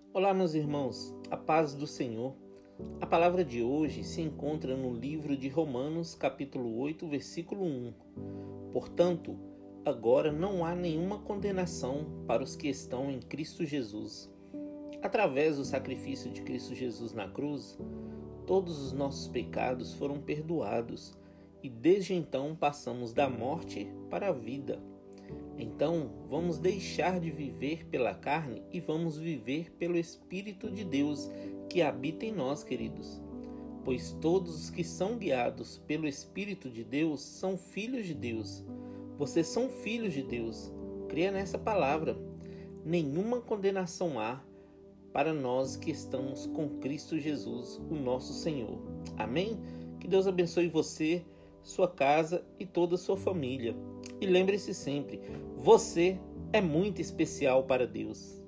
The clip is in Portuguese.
Olá, meus irmãos, a paz do Senhor. A palavra de hoje se encontra no livro de Romanos, capítulo 8, versículo 1. Portanto, agora não há nenhuma condenação para os que estão em Cristo Jesus. Através do sacrifício de Cristo Jesus na cruz, todos os nossos pecados foram perdoados e desde então passamos da morte para a vida. Então, vamos deixar de viver pela carne e vamos viver pelo Espírito de Deus que habita em nós, queridos. Pois todos os que são guiados pelo Espírito de Deus são filhos de Deus. Vocês são filhos de Deus. Creia nessa palavra. Nenhuma condenação há para nós que estamos com Cristo Jesus, o nosso Senhor. Amém? Que Deus abençoe você, sua casa e toda a sua família. E lembre-se sempre, você é muito especial para Deus.